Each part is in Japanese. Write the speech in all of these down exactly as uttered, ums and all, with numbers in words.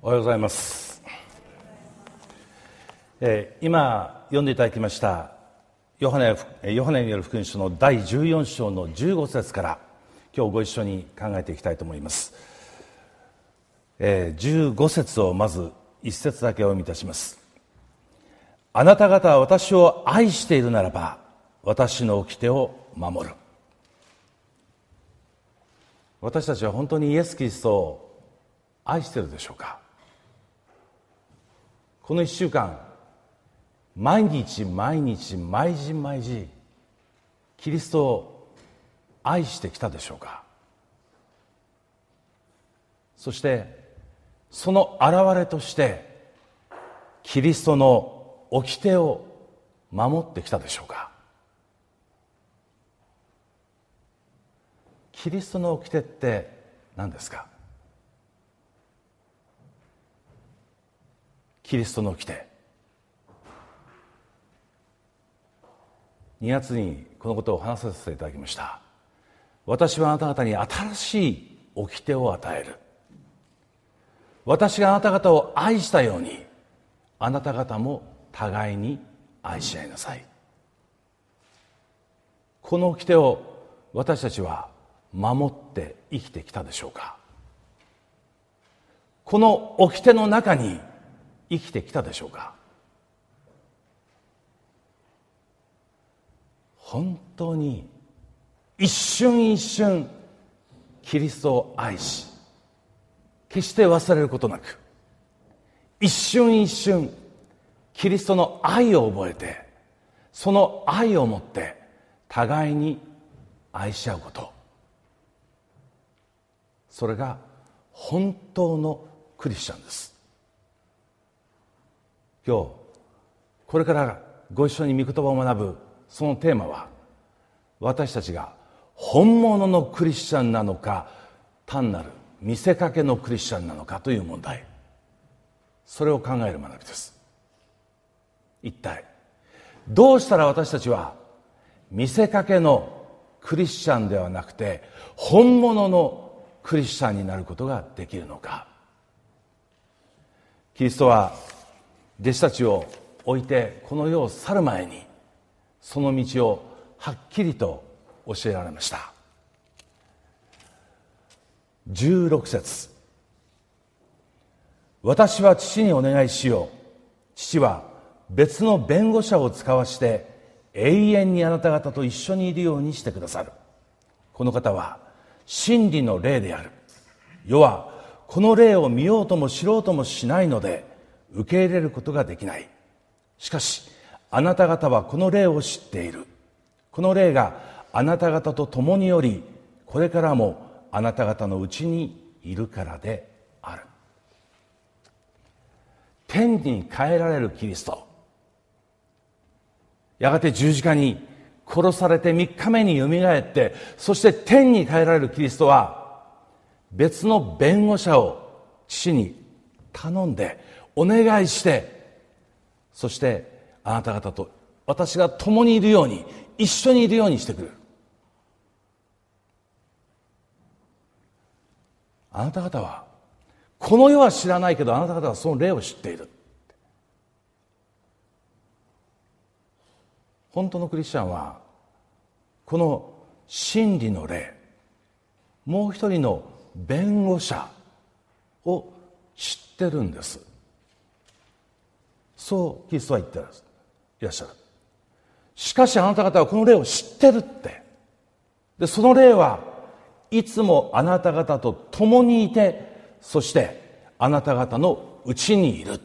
おはようございます。えー、今読んでいただきましたヨハネ、ヨハネによる福音書のだいじゅうよん章のじゅうご節から今日ご一緒に考えていきたいと思います。えー、じゅうご節をまず一節だけお読みいたします。あなた方は私を愛しているならば私の掟を守る。私たちは本当にイエス・キリストを愛しているでしょうか。この一週間、毎日毎日毎時毎時キリストを愛してきたでしょうか。そしてその現れとしてキリストの掟を守ってきたでしょうか。キリストの掟って何ですか。キリストの掟、にがつにこのことを話させていただきました。私はあなた方に新しい掟を与える。私があなた方を愛したようにあなた方も互いに愛し合いなさい。この掟を私たちは守って生きてきたでしょうか。この掟の中に生きてきたでしょうか。本当に一瞬一瞬キリストを愛し、決して忘れることなく一瞬一瞬キリストの愛を覚えて、その愛をもって互いに愛し合うこと、それが本当のクリスチャンです。今日これからご一緒に御言葉を学ぶそのテーマは、私たちが本物のクリスチャンなのか単なる見せかけのクリスチャンなのかという問題、それを考える学びです。一体どうしたら私たちは見せかけのクリスチャンではなくて本物のクリスチャンになることができるのか。キリストは弟子たちを置いてこの世を去る前にその道をはっきりと教えられました。じゅうろく節、私は父にお願いしよう。父は別の弁護者を使わして永遠にあなた方と一緒にいるようにしてくださる。この方は真理の霊である。世はこの霊を見ようとも知ろうともしないので受け入れることができない。しかしあなた方はこの霊を知っている。この霊があなた方と共におり、これからもあなた方のうちにいるからである。天に帰られるキリスト、やがて十字架に殺されてみっかめによみがえって、そして天に帰られるキリストは別の弁護者を父に頼んでお願いして、そしてあなた方と私が共にいるように、一緒にいるようにしてくれる。あなた方はこの世は知らないけどあなた方はその霊を知っている。本当のクリスチャンはこの真理の霊、もう一人の弁護者を知ってるんです。そうキリストは言っていらっしゃる。しかしあなた方はこの霊を知ってるって。でその霊はいつもあなた方と共にいて、そしてあなた方のうちにいる。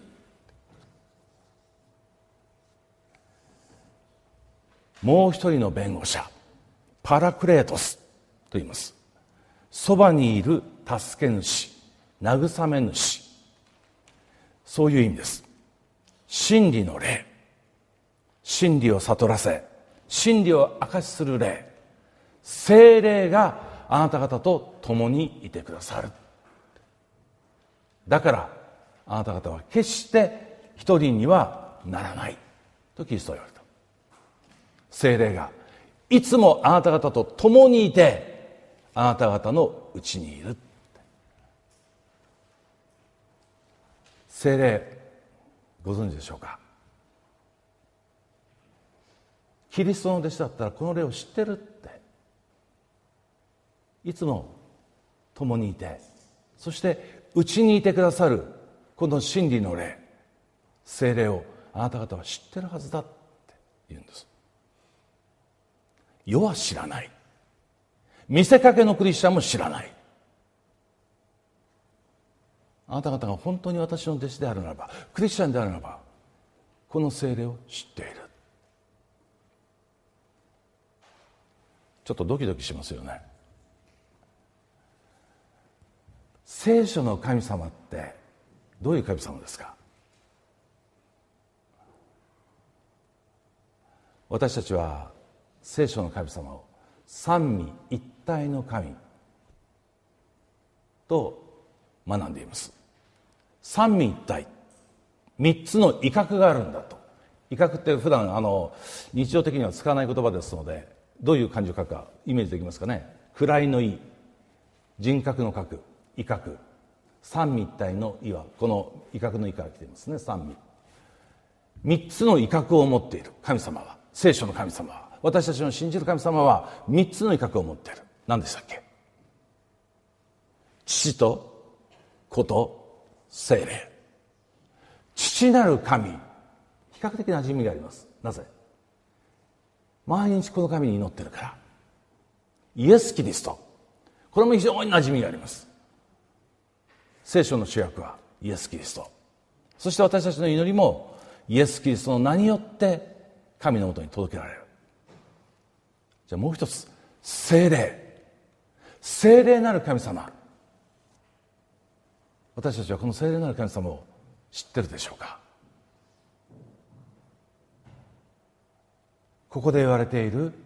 もう一人の弁護者、パラクレートスと言います。そばにいる助け主、慰め主、そういう意味です。真理の霊、真理を悟らせ真理を明かしする霊、聖霊があなた方と共にいてくださる。だからあなた方は決して一人にはならないとキリストは言われた。聖霊がいつもあなた方と共にいてあなた方のうちにいる。 聖霊ご存知でしょうか。キリストの弟子だったらこの霊を知ってるって、いつも共にいて、そしてうちにいてくださるこの真理の霊、聖霊をあなた方は知ってるはずだって言うんです。世は知らない。見せかけのクリスチャンも知らない。あなた方が本当に私の弟子であるならば、クリスチャンであるならば、この聖霊を知っている。ちょっとドキドキしますよね。聖書の神様ってどういう神様ですか。私たちは聖書の神様を三位一体の神と学んでいます。三位一体、三つの威嚇があるんだと。威嚇って普段あの日常的には使わない言葉ですので、どういう漢字を書くかイメージできますかね。位の意、人格の格、威嚇、三位一体の意はこの威嚇の意から来ていますね。三位、三つの威嚇を持っている神様は、聖書の神様は、私たちの信じる神様は三つの威嚇を持っている。何でしたっけ。父と子と聖霊。父なる神、比較的な馴染みがあります。なぜ。毎日この神に祈ってるから。イエス・キリスト、これも非常に馴染みがあります。聖書の主役はイエス・キリスト。そして私たちの祈りもイエス・キリストの名によって神のもとに届けられる。じゃあもう一つ、聖霊。聖霊なる神様、私たちはこの聖霊なる神様を知ってるでしょうか。ここで言われている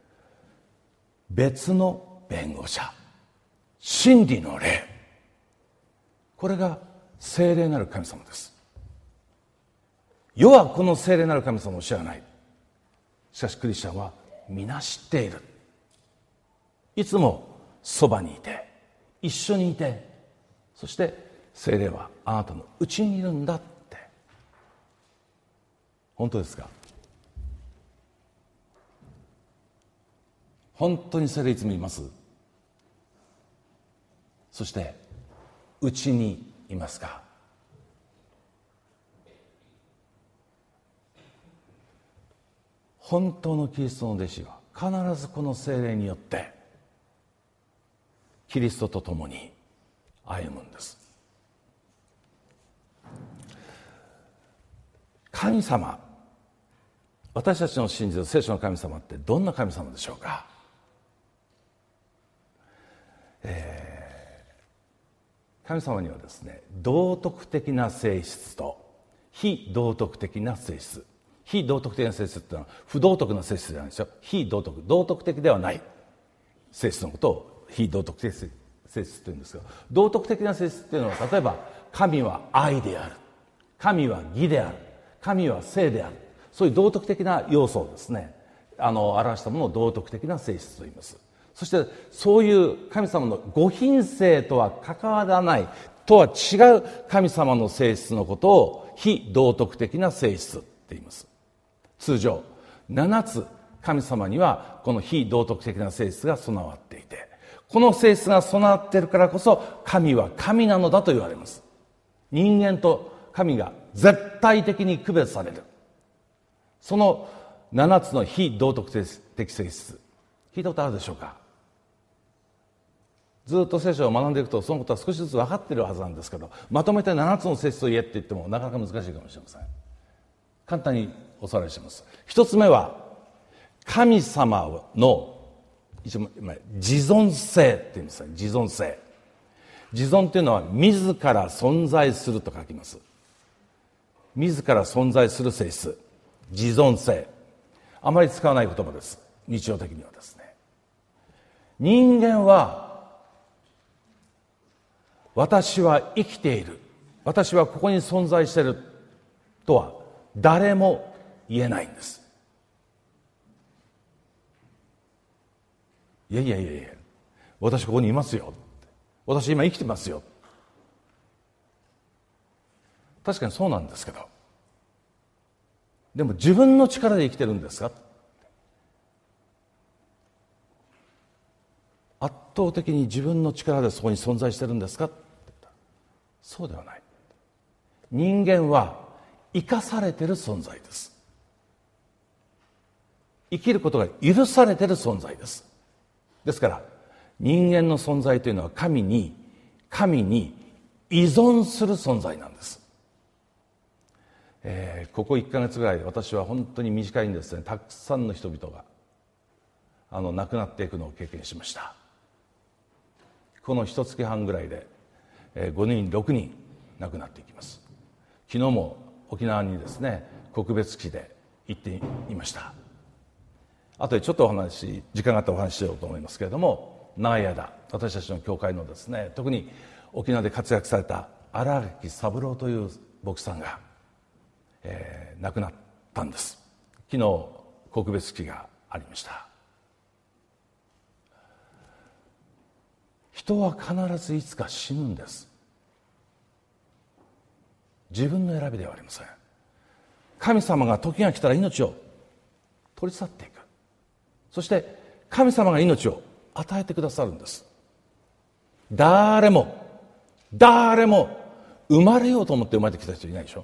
別の弁護者、真理の霊、これが聖霊なる神様です。世はこの聖霊なる神様を知らない。しかしクリスチャンは皆知っている。いつもそばにいて、一緒にいて、そして聖霊はあなたのうちにいるんだって。本当ですか。本当に聖霊いつもいます。そしてうちにいますか。本当のキリストの弟子は必ずこの聖霊によってキリストと共に歩むんです。神様、私たちの信じる聖書の神様ってどんな神様でしょうか。えー、神様にはですね、道徳的な性質と非道徳的な性質。非道徳的な性質っていうのは不道徳な性質じゃないですよ。非道徳、道徳的ではない性質のことを非道徳的性質というんですが、道徳的な性質っていうのは、例えば神は愛である、神は義である、神は聖である、そういう道徳的な要素をですね、あの表したものを道徳的な性質と言います。そしてそういう神様のご品性とは関わらないとは違う神様の性質のことを非道徳的な性質って言います。通常ななつ神様にはこの非道徳的な性質が備わっていて、この性質が備わっているからこそ神は神なのだと言われます。人間と神が絶対的に区別される、そのななつの非道徳的性質、聞いたことあるでしょうか。ずっと聖書を学んでいくとそのことは少しずつ分かっているはずなんですけど、まとめてななつの性質を言えって言ってもなかなか難しいかもしれません。簡単におさらいします。一つ目は神様の一番自存性って言うんですね。自存性。自存っていうのは自ら存在すると書きます。自ら存在する性質、自存性、あまり使わない言葉です。日常的にはですね、人間は私は生きている、私はここに存在しているとは誰も言えないんです。いやいやいやいや、私ここにいますよ、私今生きてますよ。 確かにそうなんですけど、でも自分の力で生きてるんですか？圧倒的に自分の力でそこに存在してるんですかって言ったら、そうではない。人間は生かされている存在です。生きることが許されている存在です。ですから人間の存在というのは神に神に依存する存在なんです。えー、ここいっかげつぐらい私は本当に短いんですね、たくさんの人々があの亡くなっていくのを経験しました。この一月半ぐらいで、えー、ごにんろくにん亡くなっていきます。昨日も沖縄にですね告別式で行っていました。あとでちょっとお話時間があったらお話ししようと思いますけれども、長い間私たちの教会のですね、特に沖縄で活躍された荒垣三郎という牧師さんが、えー、亡くなったんです。昨日告別式がありました。人は必ずいつか死ぬんです。自分の選びではありません。神様が時が来たら命を取り去っていく。そして神様が命を与えてくださるんです。誰も誰も生まれようと思って生まれてきた人いないでしょ。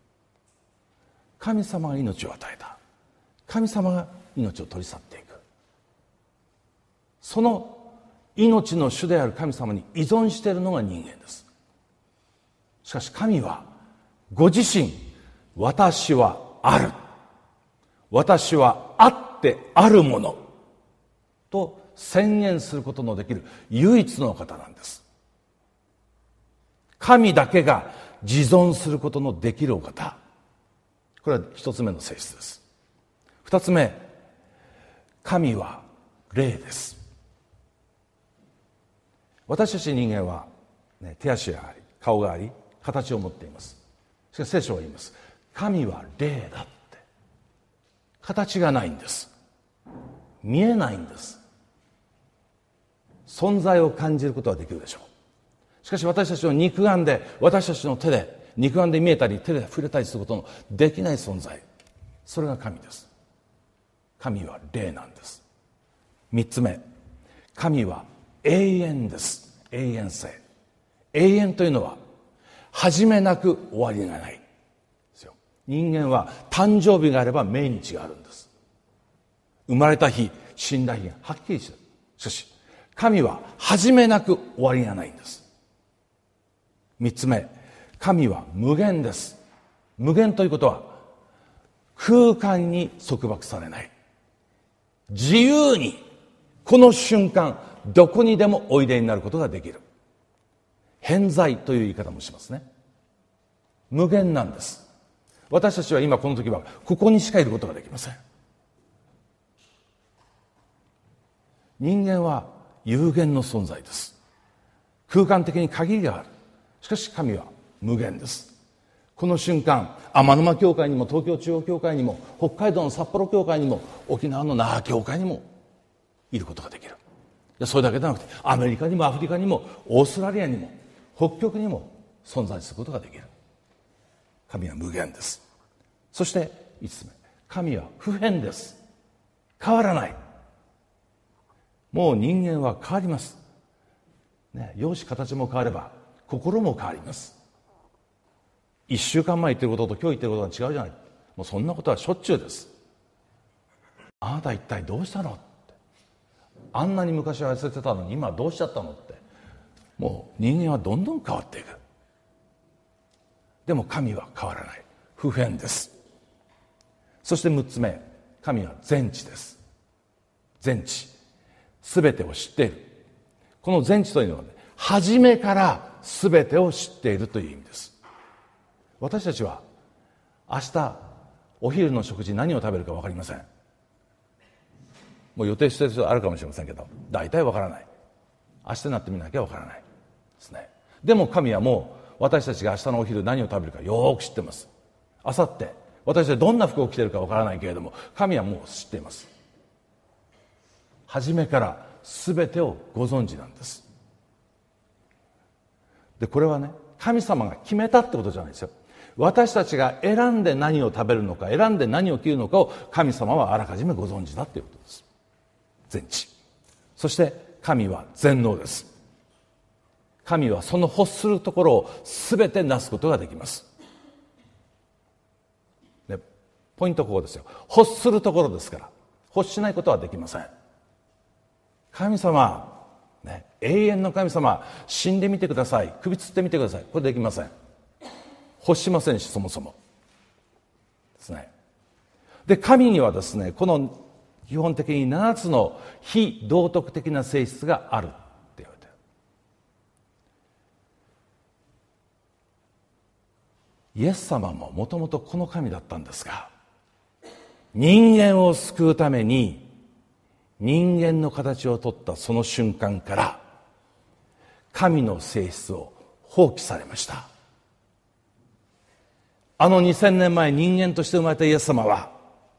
神様が命を与えた。神様が命を取り去っていく。その命の主である神様に依存しているのが人間です。しかし神はご自身、私はある、私はあってあるものと宣言することのできる唯一の方なんです。神だけが自存することのできるお方。これは一つ目の性質です。二つ目、神は霊です。私たち人間は、ね、手足があり顔があり形を持っています。しかし聖書は言います。神は霊だって。形がないんです。見えないんです。存在を感じることはできるでしょう。しかし私たちの肉眼で、私たちの手で肉眼で見えたり手で触れたりすることのできない存在、それが神です。神は霊なんです。三つ目、神は永遠です。永遠性。永遠というのは始めなく終わりがないですよ。人間は誕生日があれば命日があるんです。生まれた日、死んだ日がはっきりしてる。しかし神は始めなく終わりがないんです。三つ目、神は無限です。無限ということは空間に束縛されない、自由にこの瞬間どこにでもおいでになることができる。偏在という言い方もしますね。無限なんです。私たちは今この時はここにしかいることができません。人間は有限の存在です。空間的に限りがある。しかし神は無限です。この瞬間、天沼教会にも東京中央教会にも北海道の札幌教会にも沖縄の那覇教会にもいることができる。それだけでなくてアメリカにもアフリカにもオーストラリアにも北極にも存在することができる。神は無限です。そして五つ目、神は不変です。変わらない。もう人間は変わります、ね、容姿形も変われば心も変わります。一週間前言ってることと今日言ってることが違うじゃない。もうそんなことはしょっちゅうです。あなた一体どうしたのって、あんなに昔は痩せてたのに今どうしちゃったのって、もう人間はどんどん変わっていく。でも神は変わらない。不変です。そして六つ目、神は全知です。全知、すべてを知っている。この全知というのは、ね、初めからすべてを知っているという意味です。私たちは明日お昼の食事何を食べるか分かりません。もう予定している人はあるかもしれませんけど、大体分からない。明日になってみなきゃ分からないですね。でも神はもう私たちが明日のお昼何を食べるかよく知ってます。明後日私たちどんな服を着ているか分からないけれども、神はもう知っています。初めから全てをご存知なんです。でこれはね、神様が決めたってことじゃないですよ。 私たちが選んで何を食べるのか、選んで何を着るのかを神様はあらかじめご存知だということです。全知。そして神は全能です。神はその欲するところを全てなすことができます。で、ポイントはここですよ。欲するところですから、欲しないことはできません。神様、ね、永遠の神様、死んでみてください、首つってみてください、これできません。欲しませんし、そもそもですね。で、神にはですね、この基本的にななつの非道徳的な性質があるって言われてる。イエス様ももともとこの神だったんですが、人間を救うために人間の形をとったその瞬間から神の性質を放棄されました。あのにせんねんまえ人間として生まれたイエス様は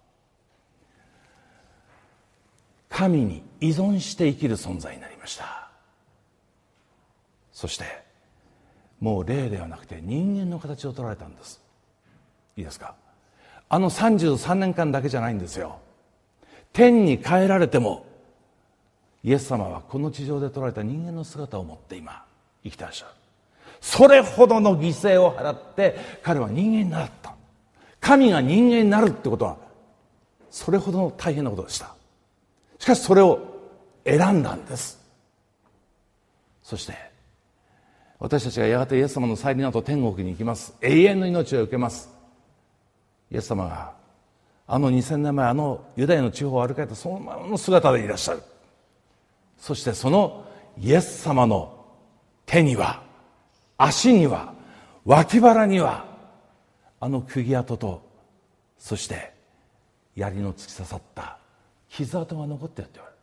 神に依存して生きる存在になりました。そしてもう霊ではなくて人間の形を取られたんです。いいですか。あのさんじゅうさんねんかんだけじゃないんですよ。天に帰られてもイエス様はこの地上で取られた人間の姿を持って今生きてらっしゃる。それほどの犠牲を払って彼は人間になった。神が人間になるってことはそれほどの大変なことでした。しかしそれを選んだんです。そして私たちがやがてイエス様の再臨の後天国に行きます。永遠の命を受けます。イエス様があのにせんねんまえあのユダヤの地方を歩かれたそのままの姿でいらっしゃる。そしてそのイエス様の手には足には脇腹にはあの釘跡とそして槍の突き刺さった傷跡が残っているって言われる。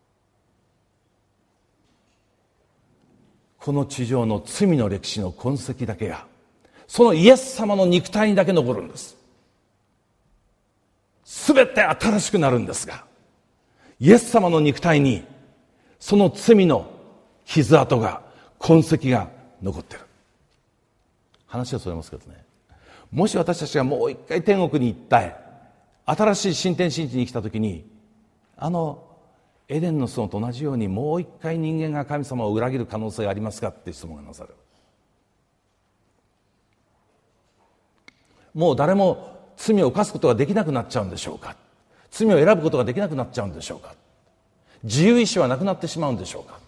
この地上の罪の歴史の痕跡だけがそのイエス様の肉体にだけ残るんです。すべて新しくなるんですが、イエス様の肉体にその罪の傷跡が痕跡が残っている。話はそれますけどね、もし私たちがもう一回天国に行った新しい新天新地に来た時にあのエデンの園と同じようにもう一回人間が神様を裏切る可能性がありますかって質問がなされる。もう誰も罪を犯すことができなくなっちゃうんでしょうか。罪を選ぶことができなくなっちゃうんでしょうか。自由意志はなくなってしまうんでしょうか。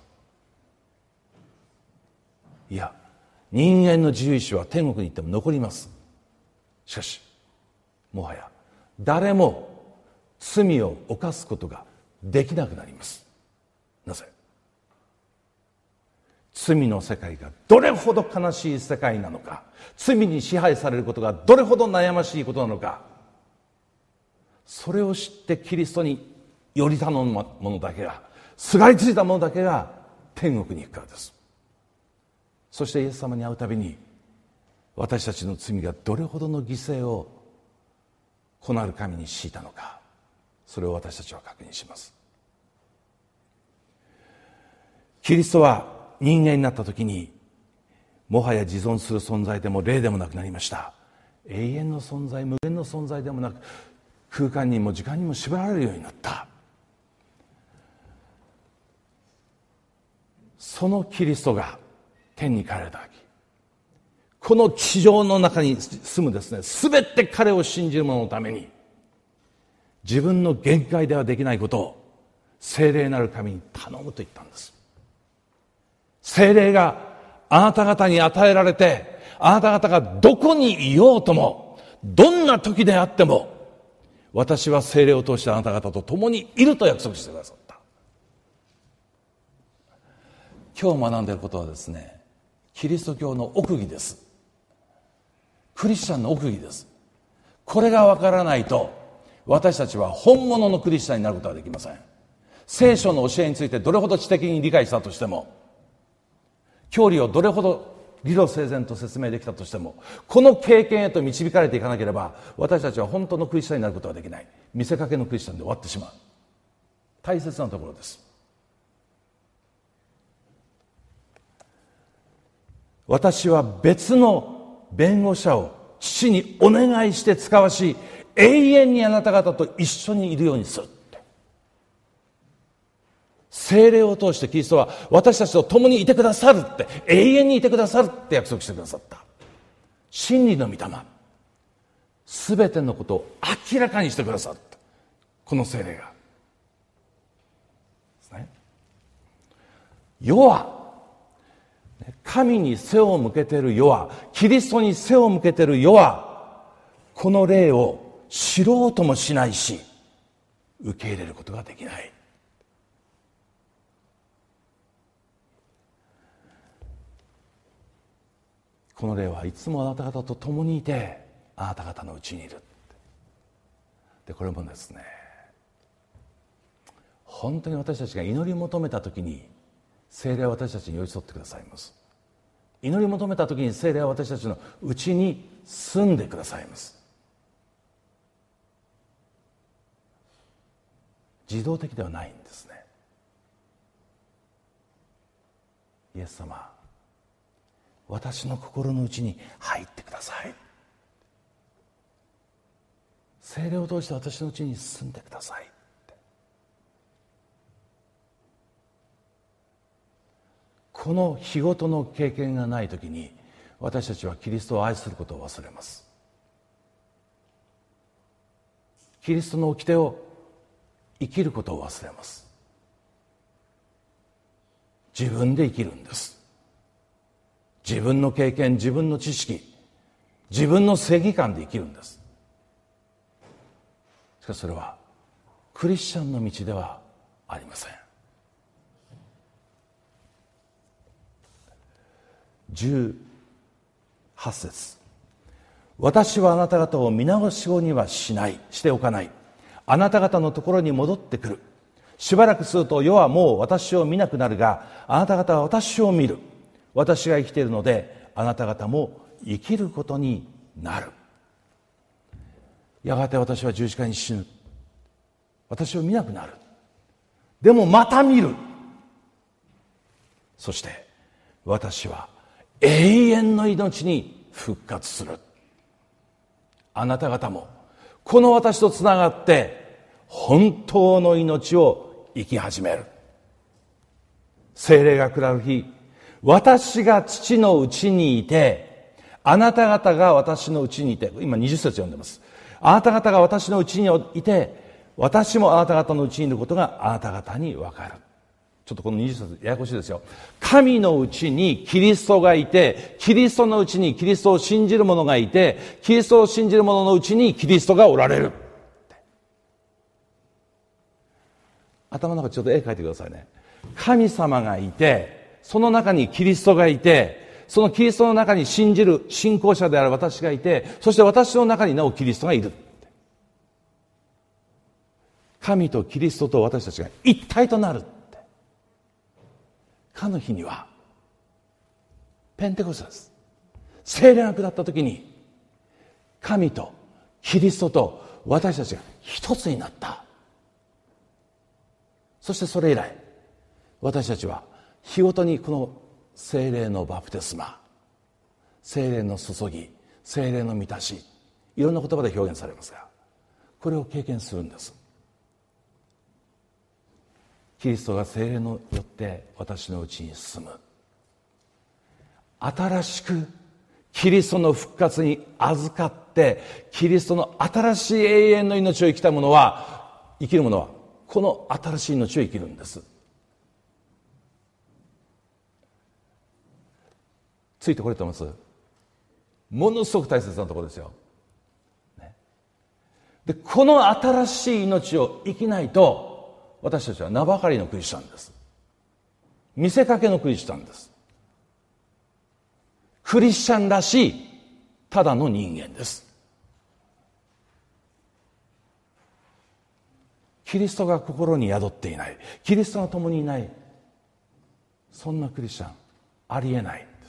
いや、人間の自由意志は天国に行っても残ります。しかしもはや誰も罪を犯すことができなくなります。なぜ？罪の世界がどれほど悲しい世界なのか、罪に支配されることがどれほど悩ましいことなのか、それを知ってキリストにより頼むものだけが、すがりついたものだけが天国に行くからです。そしてイエス様に会うたびに私たちの罪がどれほどの犠牲を子なる神に強いたのか、それを私たちは確認します。キリストは人間になった時にもはや自存する存在でも霊でもなくなりました。永遠の存在、無限の存在でもなく空間にも時間にも縛られるようになった。そのキリストが天に帰られた時、この地上の中に住むですね、すべて彼を信じる者のために自分の限界ではできないことを聖霊なる神に頼むと言ったんです。聖霊があなた方に与えられて、あなた方がどこにいようとも、どんな時であっても、私は聖霊を通してあなた方と共にいると約束してくださった。今日学んでいることはですね、キリスト教の奥義です。クリスチャンの奥義です。これがわからないと私たちは本物のクリスチャンになることはできません。聖書の教えについてどれほど知的に理解したとしても、教理をどれほど理路整然と説明できたとしても、この経験へと導かれていかなければ私たちは本当のクリスチャンになることはできない。見せかけのクリスチャンで終わってしまう。大切なところです。私は別の弁護者を父にお願いして使わし、永遠にあなた方と一緒にいるようにするって。聖霊を通してキリストは私たちと共にいてくださるって、永遠にいてくださるって約束してくださった。真理の御霊、すべてのことを明らかにしてくださった。この聖霊がですね。世は神に背を向けている世は、キリストに背を向けている世は、この霊を知ろうともしないし、受け入れることができない。この霊はいつもあなた方と共にいて、あなた方のうちにいる。でこれもですね、本当に私たちが祈り求めたときに聖霊は私たちに寄り添ってくださいます。祈り求めたときに聖霊は私たちのうちに住んでくださいます。自動的ではないんですね。イエス様、私の心のうちに入ってください。聖霊を通して私のうちに住んでください。この日ごとの経験がないときに、私たちはキリストを愛することを忘れます。キリストの掟を生きることを忘れます。自分で生きるんです。自分の経験、自分の知識、自分の正義感で生きるんです。しかしそれはクリスチャンの道ではありません。じゅうはち節、私はあなた方を見直し子にはしないしておかない。あなた方のところに戻ってくる。しばらくすると世はもう私を見なくなるが、あなた方は私を見る。私が生きているのであなた方も生きることになる。やがて私は十字架に死ぬ。私を見なくなる。でもまた見る。そして私は永遠の命に復活する。あなた方もこの私とつながって本当の命を生き始める。聖霊が下る日、私が父のうちにいて、あなた方が私のうちにいて、今にじゅっ節読んでます。あなた方が私のうちにいて、私もあなた方のうちにいることがあなた方に分かる。ちょっとこのにじゅっ節ややこしいですよ。神のうちにキリストがいて、キリストのうちにキリストを信じる者がいて、キリストを信じる者のうちにキリストがおられる。頭の中ちょっと絵描いてくださいね。神様がいて、その中にキリストがいて、そのキリストの中に信じる信仰者である私がいて、そして私の中になおキリストがいる。神とキリストと私たちが一体となる。かの日にはペンテコステです。聖霊が下った時に神とキリストと私たちが一つになった。そしてそれ以来私たちは日ごとにこの聖霊のバプテスマ、聖霊の注ぎ、聖霊の満たし、いろんな言葉で表現されますが、これを経験するんです。キリストが聖霊によって私のうちに住む。新しくキリストの復活に預かってキリストの新しい永遠の命を生きた者は、生きる者はこの新しい命を生きるんです。ついてこれてます？ものすごく大切なところですよ、ね、でこの新しい命を生きないと私たちは名ばかりのクリスチャンです。見せかけのクリスチャンです。クリスチャンらしいただの人間です。キリストが心に宿っていない、キリストが共にいない、そんなクリスチャンありえないんです。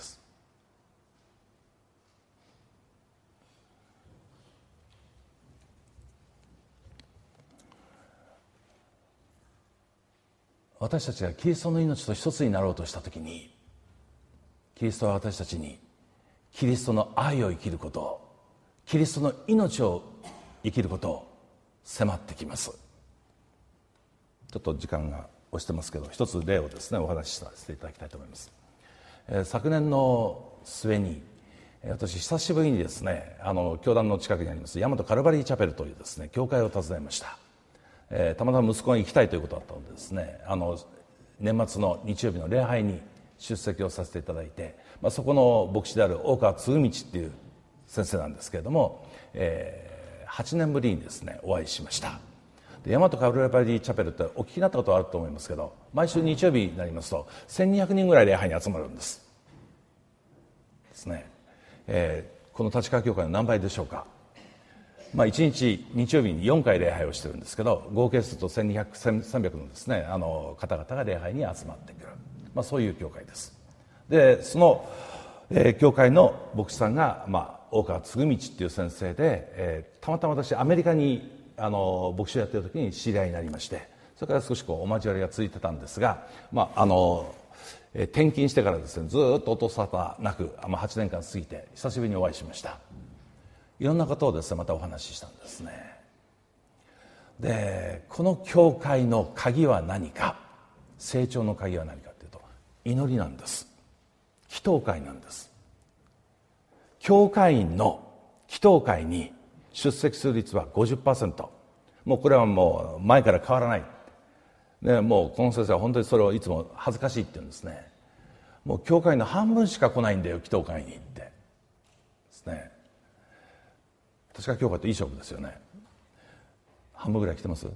私たちがキリストの命と一つになろうとしたときに、キリストは私たちにキリストの愛を生きること、 キリストの命を生きることを迫ってきます。ちょっと時間が押してますけど、一つ例をですねお話しさせていただきたいと思います。えー、昨年の末に私久しぶりにですね、あの教団の近くにあります大和カルバリーチャペルというですね教会を訪ねました。えー、たまたま息子が行きたいということだったのでですね、あの年末の日曜日の礼拝に出席をさせていただいて、まあ、そこの牧師である大川嗣道っていう先生なんですけれども、えー、はちねんぶりにですねお会いしました。で大和カルバリーチャペルってお聞きになったことあると思いますけど、毎週日曜日になりますとせんにひゃくにんぐらい礼拝に集まるんですですね。えー、この立川教会の何倍でしょうか。まあ、いちにち日曜日によんかい礼拝をしてるんですけど、合計するとせんにひゃく、せんさんびゃくのですねあの方々が礼拝に集まってくる、まあ、そういう教会です。でその、えー、教会の牧師さんが、まあ、大川嗣道っていう先生で、えー、たまたま私アメリカにあの牧師をやっている時に知り合いになりまして、それから少しこうお交わりが続いてたんですが、まああのえー、転勤してからですねずっと音沙汰なく、まあ、はちねんかん過ぎて久しぶりにお会いしました。いろんなことをですねまたお話ししたんですね。でこの教会の鍵は何か、成長の鍵は何かというと祈りなんです。祈祷会なんです。教会員の祈祷会に出席する率は ごじゅっパーセント、 もうこれはもう前から変わらない。でもうこの先生は本当にそれをいつも恥ずかしいって言うんですね。もう教会の半分しか来ないんだよ祈祷会にってですね。確か教会っていい勝負ですよね。半分ぐらい来てます？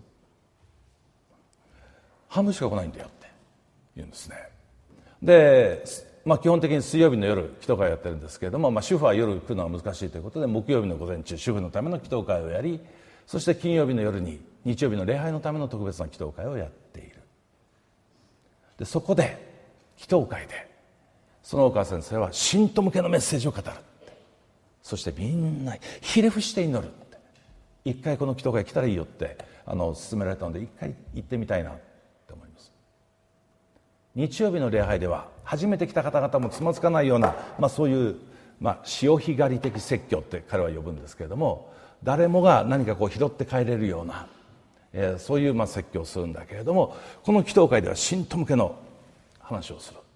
半分しか来ないんだよって言うんですね。で、まあ、基本的に水曜日の夜祈祷会をやってるんですけれども、まあ、主婦は夜来るのは難しいということで木曜日の午前中主婦のための祈祷会をやり、そして金曜日の夜に日曜日の礼拝のための特別な祈祷会をやっている。でそこで祈祷会でその大川先生は信徒向けのメッセージを語る。そしてみんなひれ伏して祈るって、一回この祈祷会来たらいいよってあの勧められたので一回行ってみたいなって思います。日曜日の礼拝では初めて来た方々もつまずかないような、まあ、そういう、まあ、潮干狩り的説教って彼は呼ぶんですけれども、誰もが何かこう拾って帰れるような、えー、そういうまあ説教をするんだけれども、この祈祷会では信徒向けの話をする。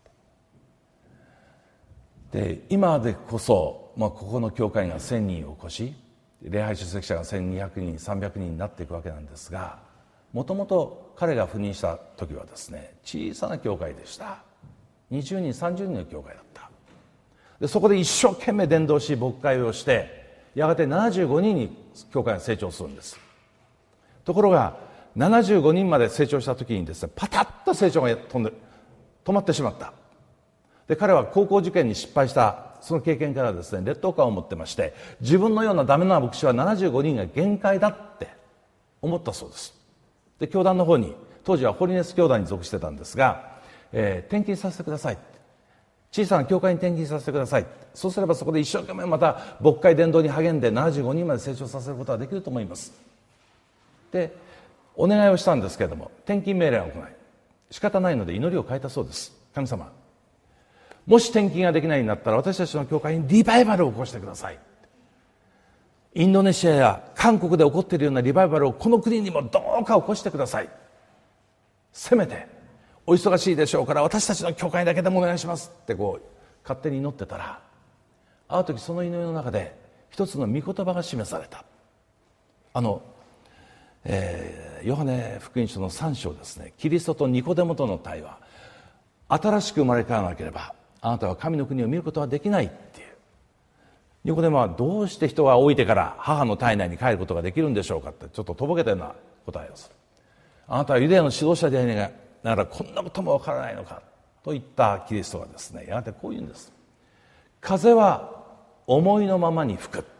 で今でこそ、まあ、ここの教会がせんにんを超し礼拝出席者がせんにひゃくにんさんびゃくにんになっていくわけなんですが、もともと彼が赴任した時はですね小さな教会でした。にじゅうにんさんじゅうにんの教会だった。でそこで一生懸命伝道し牧会をして、やがてななじゅうごにんに教会が成長するんです。ところがななじゅうごにんまで成長した時にですねパタッと成長が飛んで止まってしまった。で彼は高校受験に失敗したその経験からですね劣等感を持ってまして、自分のようなダメな牧師はななじゅうごにんが限界だって思ったそうです。で教団の方に、当時はホリネス教団に属してたんですが、えー、転勤させてください、小さな教会に転勤させてください、そうすればそこで一生懸命また牧会伝道に励んでななじゅうごにんまで成長させることができると思います。でお願いをしたんですけれども転勤命令は来ない。仕方ないので祈りを変えたそうです。神様、もし転勤ができないようになったら私たちの教会にリバイバルを起こしてください。インドネシアや韓国で起こっているようなリバイバルをこの国にもどうか起こしてください。せめてお忙しいでしょうから私たちの教会だけでもお願いしますってこう勝手に祈ってたら、ある時その祈りの中で一つの御言葉が示された。あの、えー、ヨハネ福音書のさん章ですね。キリストとニコデモとの対話。新しく生まれ変わらなければあなたは神の国を見ることはできないっていう。ニコデモはどうして人は老いてから母の体内に帰ることができるんでしょうかってちょっととぼけたような答えをする。あなたはユダヤの指導者でありながらこんなこともわからないのかと言ったキリストがですね、やがてこう言うんです。風は思いのままに吹く。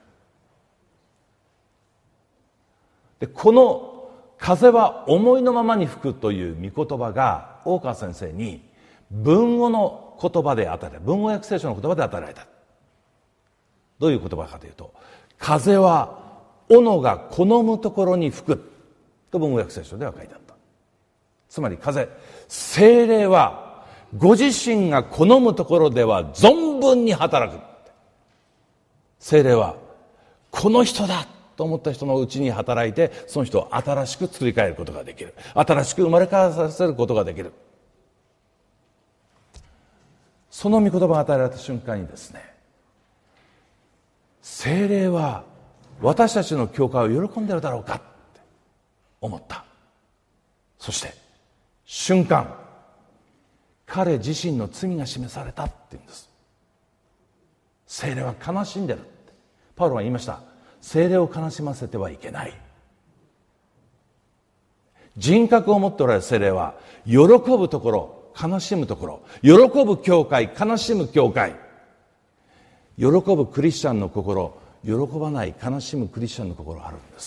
でこの風は思いのままに吹くという御言葉が大川先生に文語の言葉で与えられた。文語訳聖書の言葉で与えられた。どういう言葉かというと、風は斧が好むところに吹くと文語訳聖書では書いてあった。つまり風、聖霊はご自身が好むところでは存分に働く。聖霊はこの人だと思った人のうちに働いて、その人を新しく作り変えることができる。新しく生まれ変わらせることができる。その御言葉が与えられた瞬間にですね、聖霊は私たちの教会を喜んでるだろうかって思った。そして瞬間、彼自身の罪が示されたって言うんです。聖霊は悲しんでるってパウロは言いました。聖霊を悲しませてはいけない。人格を持っておられる聖霊は、喜ぶところ、悲しむところ、喜ぶ教会、悲しむ教会、喜ぶクリスチャンの心、喜ばない悲しむクリスチャンの心あるんです。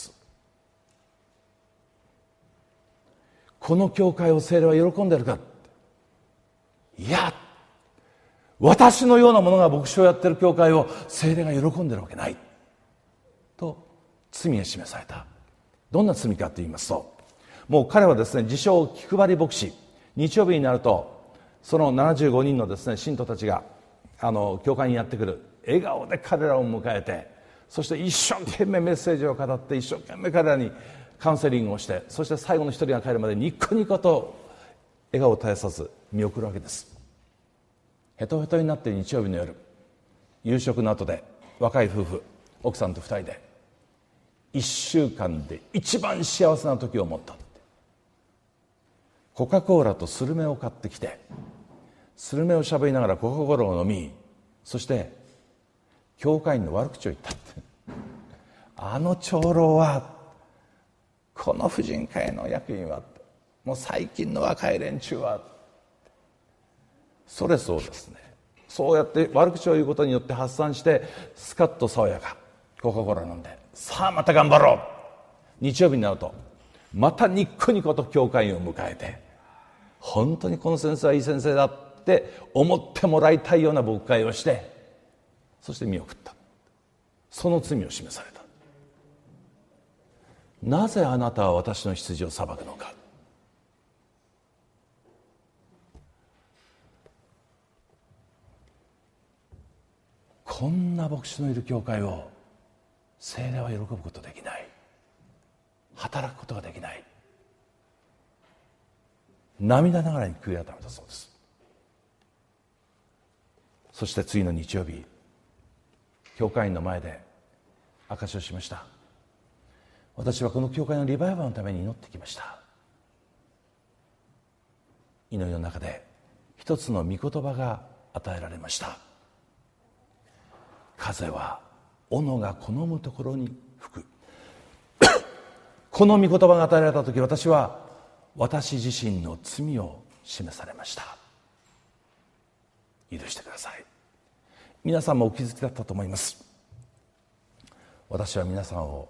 この教会を聖霊は喜んでるか。いや、私のようなものが牧師をやってる教会を聖霊が喜んでるわけないと罪が示された。どんな罪かと言いますと、もう彼はですね、自称気配り牧師、日曜日になるとそのななじゅうごにんのですね信徒たちがあの教会にやってくる。笑顔で彼らを迎えて、そして一生懸命メッセージを語って、一生懸命彼らにカウンセリングをして、そして最後の一人が帰るまでニコニコと笑顔を絶やさず見送るわけです。ヘトヘトになっている日曜日の夜、夕食の後で若い夫婦、奥さんと二人で一週間で一番幸せな時を持った。コカ・コーラとスルメを買ってきて、スルメをしゃべりながらコカ・コーラを飲み、そして教会員の悪口を言ったって。あの長老は、この婦人会の役員は、もう最近の若い連中は、それそうですね、そうやって悪口を言うことによって発散して、スカッと爽やかコカ・コーラ飲んで、さあまた頑張ろう。日曜日になるとまたニッコニコと教会員を迎えて、本当にこの先生はいい先生だって思ってもらいたいような牧会をして、そして見送った。その罪を示された。なぜあなたは私の羊を裁くのか。こんな牧師のいる教会を聖霊は喜ぶことできない。働くことができない。涙ながらに悔い改めたそうです。そして次の日曜日、教会員の前で証しをしました。私はこの教会のリバイバルのために祈ってきました。祈りの中で一つの御言葉が与えられました。風は斧が好むところに吹く。この御言葉が与えられた時、私は私自身の罪を示されました。許してください。皆さんもお気づきだったと思います。私は皆さんを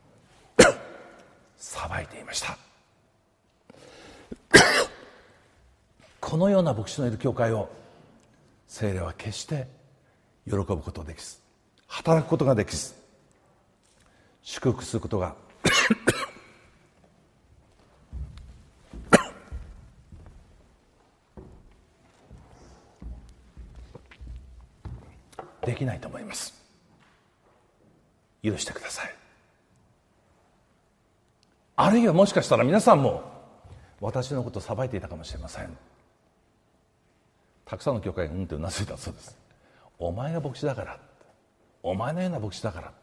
裁いていました。このような牧師のいる教会を聖霊は決して喜ぶことができず、働くことができず、祝福することができないと思います。許してください。あるいはもしかしたら皆さんも私のことを裁いていたかもしれません。たくさんの教会がうんとうなずいたそうです。お前が牧師だから、お前のような牧師だから、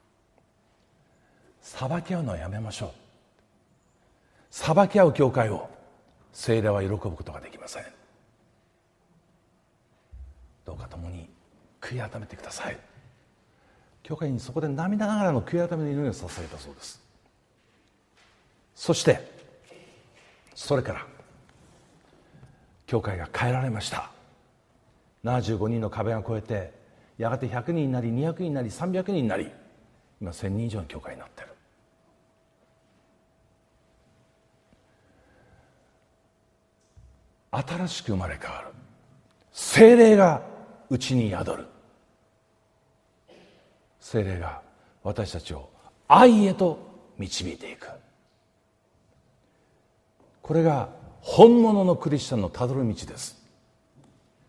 裁き合うのはやめましょう。裁き合う教会を聖霊は喜ぶことができません。どうか共に悔い改めてください。教会にそこで涙ながらの悔い改めの祈りを捧げたそうです。そしてそれから教会が変えられました。ななじゅうごにんの壁が越えて、やがてひゃくにんになり、にひゃくにんになり、さんびゃくにんになり、今せんにん以上の教会になっている。新しく生まれ変わる。聖霊がうちに宿る。聖霊が私たちを愛へと導いていく。これが本物のクリスチャンのたどる道です。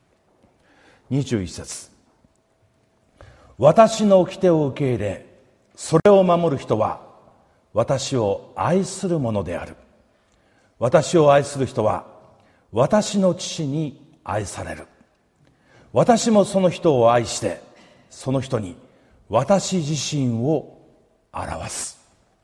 にじゅういち節、私の掟を受け入れそれを守る人は私を愛するものである。私を愛する人は私の父に愛される。私もその人を愛してその人に私自身を表す。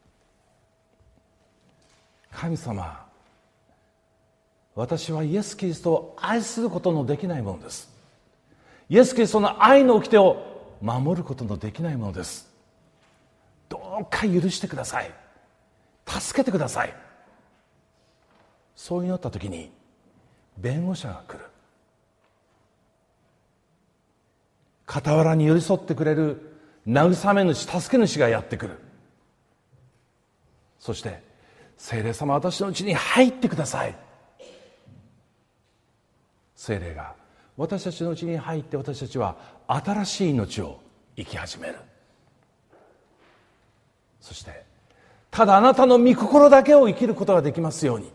神様、私はイエス・キリストを愛することのできないものです。イエス・キリストの愛の掟を守ることのできないものです。どうか許してください。助けてください。そう祈った時に弁護者が来る。傍らに寄り添ってくれる慰め主、助け主がやってくる。そして聖霊様、私のうちに入ってください。聖霊が私たちのうちに入って、私たちは新しい命を生き始める。そしてただあなたの御心だけを生きることができますように、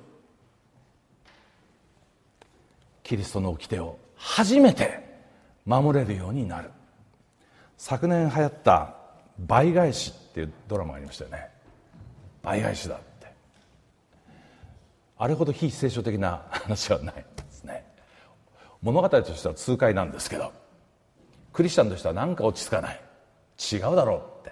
キリストの掟を初めて守れるようになる。昨年流行った倍返しっていうドラマがありましたよね。倍返しだって、あれほど非聖書的な話はないですね。物語としては痛快なんですけど、クリスチャンとしては何か落ち着かない、違うだろうって。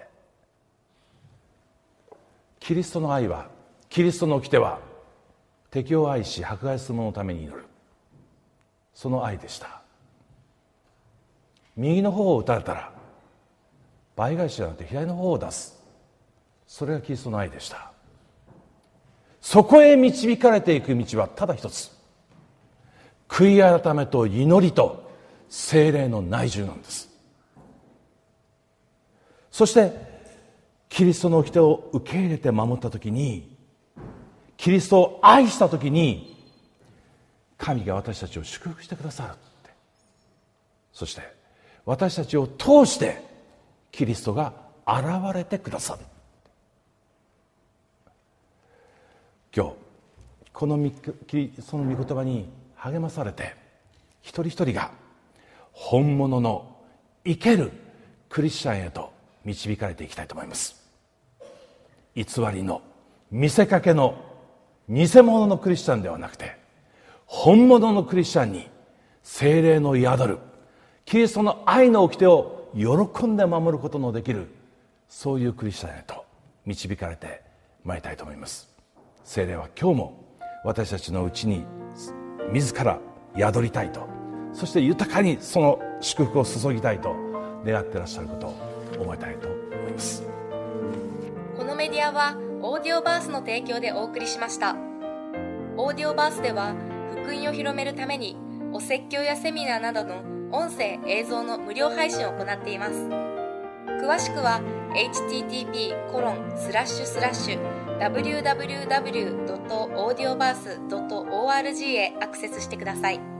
キリストの愛は、キリストの掟は敵を愛し迫害する者のために祈る、その愛でした。右の方を打たれたら倍返しじゃなくて左の方を出す、それがキリストの愛でした。そこへ導かれていく道はただ一つ、悔い改めと祈りと聖霊の内住なんです。そしてキリストの掟を受け入れて守ったときに、キリストを愛したときに、神が私たちを祝福してくださるって。そして私たちを通してキリストが現れてくださる。今日このその御言葉に励まされて、一人一人が本物の生けるクリスチャンへと導かれていきたいと思います。偽りの見せかけの偽物のクリスチャンではなくて、本物のクリスチャンに聖霊の宿るキリストの愛の掟を喜んで守ることのできる、そういうクリスチャンへと導かれてまいりたいと思います。聖霊は今日も私たちのうちに自ら宿りたいと、そして豊かにその祝福を注ぎたいと願っていらっしゃることを思いたいと思います。 このメディアはオーディオバースの提供でお送りしました。オーディオバースでは福音を広めるためにお説教やセミナーなどの音声映像の無料配信を行っています。詳しくは エイチティーティーピーコロンスラッシュスラッシュダブリューダブリューダブリュードットオーディオバースドットオーアールジー へアクセスしてください。